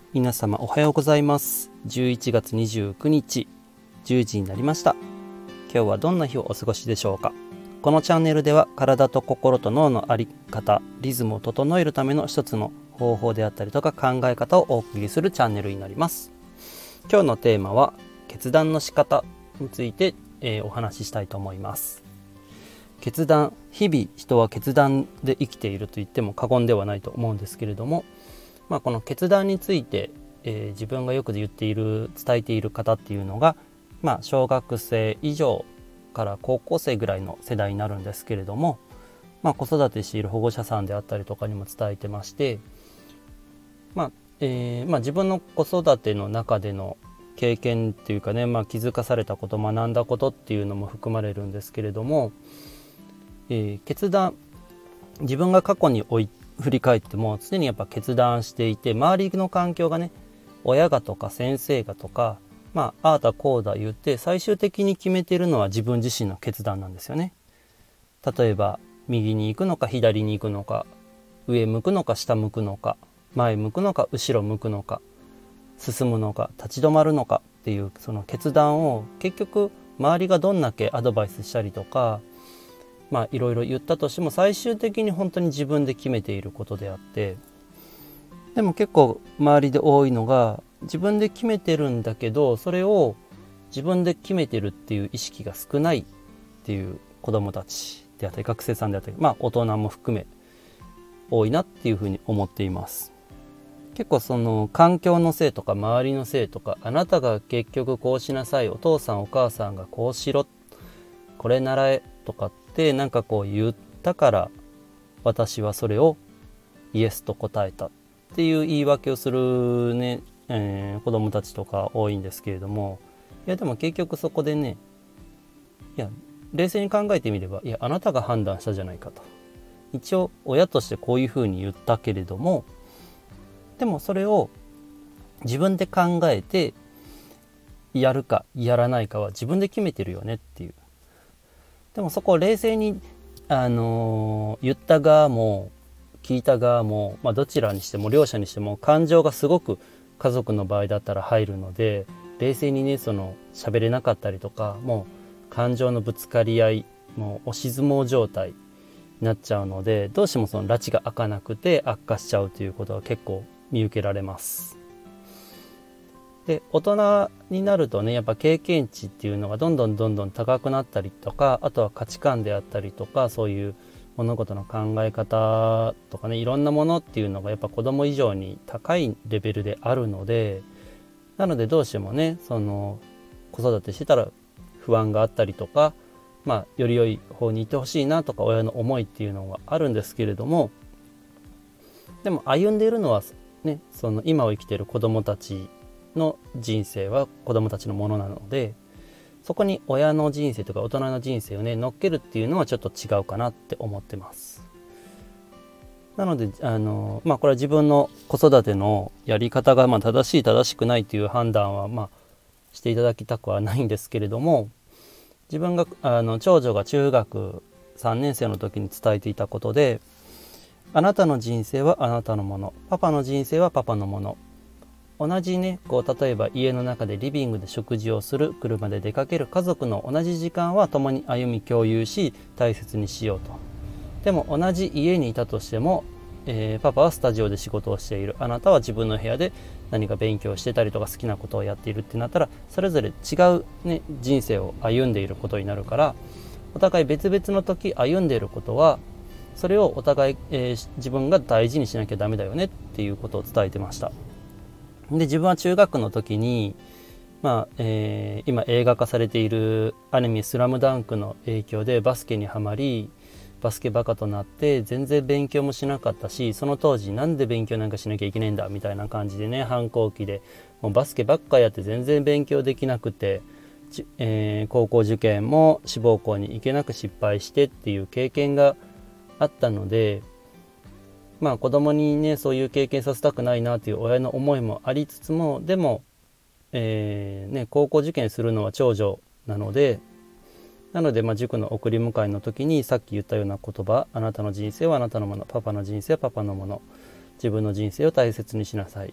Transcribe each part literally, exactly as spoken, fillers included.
皆様おはようございます。じゅういちがつにじゅうくにちじゅうじになりました。今日はどんな日をお過ごしでしょうか。このチャンネルでは体と心と脳の在り方、リズムを整えるための一つの方法であったりとか考え方をお送りするチャンネルになります。今日のテーマは決断の仕方について、えー、お話ししたいと思います。決断、日々人は決断で生きていると言っても過言ではないと思うんですけれども、まあ、この決断について、えー、自分がよく言っている伝えている方っていうのが、まあ、小学生以上から高校生ぐらいの世代になるんですけれども、まあ、子育てしている保護者さんであったりとかにも伝えてまして、まあえーまあ、自分の子育ての中での経験っていうかね、まあ、気づかされたこと、学んだことっていうのも含まれるんですけれども、えー、決断、自分が過去に置い振り返っても常にやっぱ決断していて、周りの環境がね、親がとか先生がとか、まあああだこうだ言って最終的に決めているのは自分自身の決断なんですよね。例えば右に行くのか左に行くのか、上向くのか下向くのか、前向くのか後ろ向くのか、進むのか立ち止まるのかっていう、その決断を結局周りがどんだけアドバイスしたりとか、まあいろいろ言ったとしても最終的に本当に自分で決めていることであって、でも結構周りで多いのが自分で決めてるんだけど、それを自分で決めてるっていう意識が少ないっていう子どもたちであったり学生さんであったり、まあ大人も含め多いなっていうふうに思っています。結構その環境のせいとか周りのせいとか、あなたが結局こうしなさい、お父さんお母さんがこうしろ、これ習えとかってなんかこう言ったから私はそれをイエスと答えたっていう言い訳をするね、えー、子供たちとか多いんですけれども、いやでも結局そこでね、いや冷静に考えてみれば、いやあなたが判断したじゃないかと。一応親としてこういうふうに言ったけれども、でもそれを自分で考えてやるかやらないかは自分で決めてるよねっていう。でもそこを冷静に、あのー、言った側も聞いた側も、まあ、どちらにしても両者にしても感情がすごく家族の場合だったら入るので、冷静にねその喋れなかったりとか、もう感情のぶつかり合い、もう押し相撲状態になっちゃうので、どうしてもその拉致が開かなくて悪化しちゃうということが結構見受けられます。で大人になるとね、やっぱ経験値っていうのがどんどんどんどん高くなったりとか、あとは価値観であったりとか、そういう物事の考え方とかね、いろんなものっていうのがやっぱ子供以上に高いレベルであるので、なのでどうしてもね、その子育てしてたら不安があったりとか、まあより良い方に行ってほしいなとか親の思いっていうのがあるんですけれども、でも歩んでいるのはね、その今を生きている子供たちの人生は子供たちのものなので、そこに親の人生とか大人の人生をね乗っけるっていうのはちょっと違うかなって思ってます。なのであのまあこれは自分の子育てのやり方がまあ正しい正しくないという判断はまあしていただきたくはないんですけれども、自分があの長女が中学さんねん生の時に伝えていたことで、あなたの人生はあなたのもの、パパの人生はパパのもの。同じね、こう例えば家の中でリビングで食事をする、車で出かける家族の同じ時間は共に歩み共有し大切にしようと。でも同じ家にいたとしても、えー、パパはスタジオで仕事をしている、あなたは自分の部屋で何か勉強してたりとか好きなことをやっているってなったら、それぞれ違う、ね、人生を歩んでいることになるから、お互い別々の時歩んでいることはそれをお互い、えー、自分が大事にしなきゃダメだよねっていうことを伝えてました。で自分は中学の時に、まあえー、今映画化されているアニメスラムダンクの影響でバスケにはまり、バスケバカとなって全然勉強もしなかったし、その当時なんで勉強なんかしなきゃいけないんだみたいな感じでね、反抗期でもうバスケばっかやって全然勉強できなくて、えー、高校受験も志望校に行けなく失敗してっていう経験があったので、まあ子供にねそういう経験させたくないなという親の思いもありつつも、でも、えーね、高校受験するのは長女なので、なのでまあ塾の送り迎えの時にさっき言ったような言葉、あなたの人生はあなたのもの、パパの人生はパパのもの、自分の人生を大切にしなさい、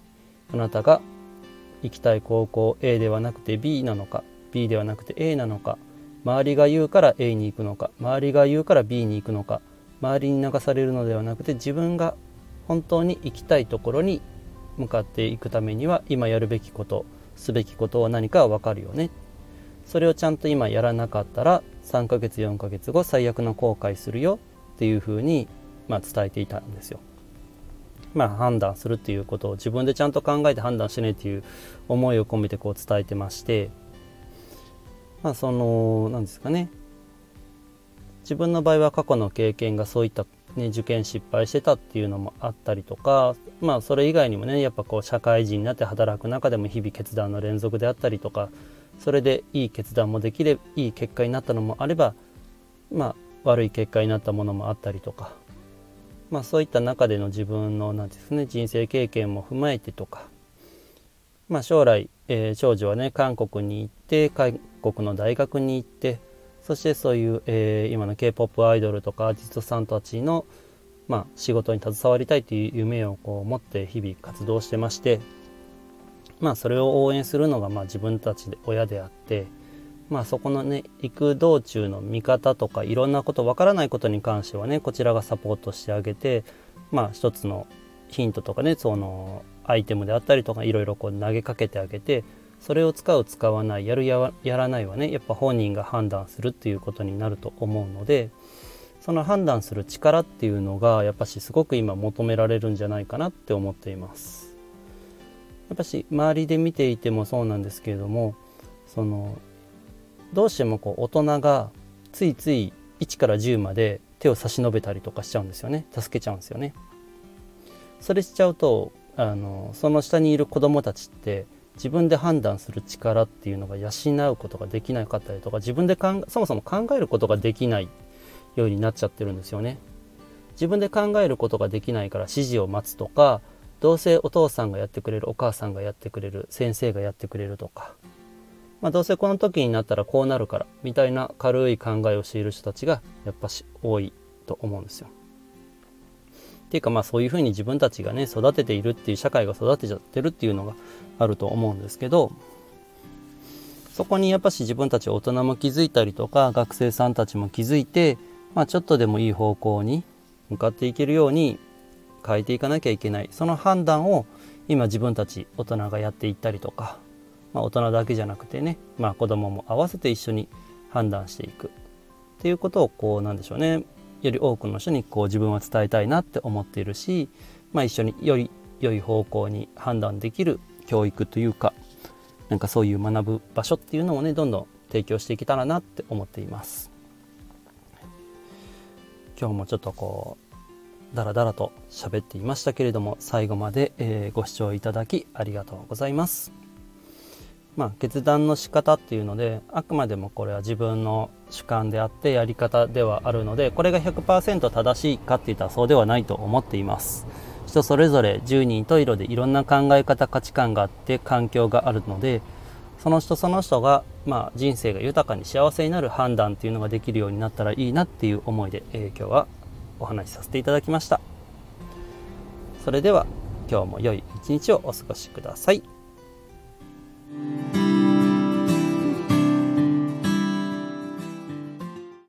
あなたが行きたい高校 A ではなくて B なのか、 B ではなくて A なのか、周りが言うから A に行くのか、周りが言うから B に行くのか、周りに流されるのではなくて自分が本当に行きたいところに向かっていくためには今やるべきこと、すべきことは何か分かるよね。それをちゃんと今やらなかったらさんかげつよんかげつご最悪の後悔するよっていうふうに、まあ、伝えていたんですよ。まあ判断するっていうことを自分でちゃんと考えて判断しねっていう思いを込めてこう伝えてまして、まあその何ですかね、自分の場合は過去の経験がそういった、ね、受験失敗してたっていうのもあったりとか、まあそれ以外にもね、やっぱこう社会人になって働く中でも日々決断の連続であったりとか、それでいい決断もできればいい結果になったのもあれば、まあ悪い結果になったものもあったりとか、まあそういった中での自分のなんですね、人生経験も踏まえてとか、まあ将来、えー、長女はね韓国に行って韓国の大学に行って、そしてそういう、えー、今の K-ポップ アイドルとかアーティストさんたちの、まあ、仕事に携わりたいという夢をこう持って日々活動してまして、まあそれを応援するのがまあ自分たちで親であって、まあそこのね行く道中の見方とかいろんなことわからないことに関してはねこちらがサポートしてあげて、まあ一つのヒントとかねそのアイテムであったりとかいろいろこう投げかけてあげて、それを使う使わないやるやらないはねやっぱ本人が判断するっていうことになると思うので、その判断する力っていうのがやっぱしすごく今求められるんじゃないかなって思っています。やっぱし周りで見ていてもそうなんですけれども、そのどうしてもこう大人がついついいちからじゅうまで手を差し伸べたりとかしちゃうんですよね。助けちゃうんですよね。それしちゃうとあのその下にいる子どもたちって自分で判断する力っていうのが養うことができなかったりとか、自分でかんそもそも考えることができないようになっちゃってるんですよね。自分で考えることができないから指示を待つとか、どうせお父さんがやってくれる、お母さんがやってくれる、先生がやってくれるとか、まあ、どうせこの時になったらこうなるからみたいな軽い考えをしている人たちがやっぱし多いと思うんですよ。っていうかまあそういうふうに自分たちがね育てているっていう社会が育てちゃってるっていうのがあると思うんですけど、そこにやっぱし自分たち大人も気づいたりとか学生さんたちも気づいて、まあ、ちょっとでもいい方向に向かっていけるように変えていかなきゃいけない、その判断を今自分たち大人がやっていったりとか、まあ、大人だけじゃなくてね、まあ、子供も合わせて一緒に判断していくっていうことをこうなんでしょうね、より多くの人にこう自分は伝えたいなって思っているし、まあ、一緒により良い方向に判断できる教育というか、なんかそういう学ぶ場所っていうのをねどんどん提供していけたらなって思っています。今日もちょっとこうだらだらと喋っていましたけれども、最後まで、えー、ご視聴いただきありがとうございます。まあ、決断の仕方っていうのであくまでもこれは自分の主観であってやり方ではあるので、これが ひゃくパーセント 正しいかっていったらそうではないと思っています。人それぞれじゅうにんと色でいろんな考え方価値観があって環境があるので、その人その人が、まあ、人生が豊かに幸せになる判断っていうのができるようになったらいいなっていう思いで、えー、今日はお話しさせていただきました。それでは今日も良い一日をお過ごしください。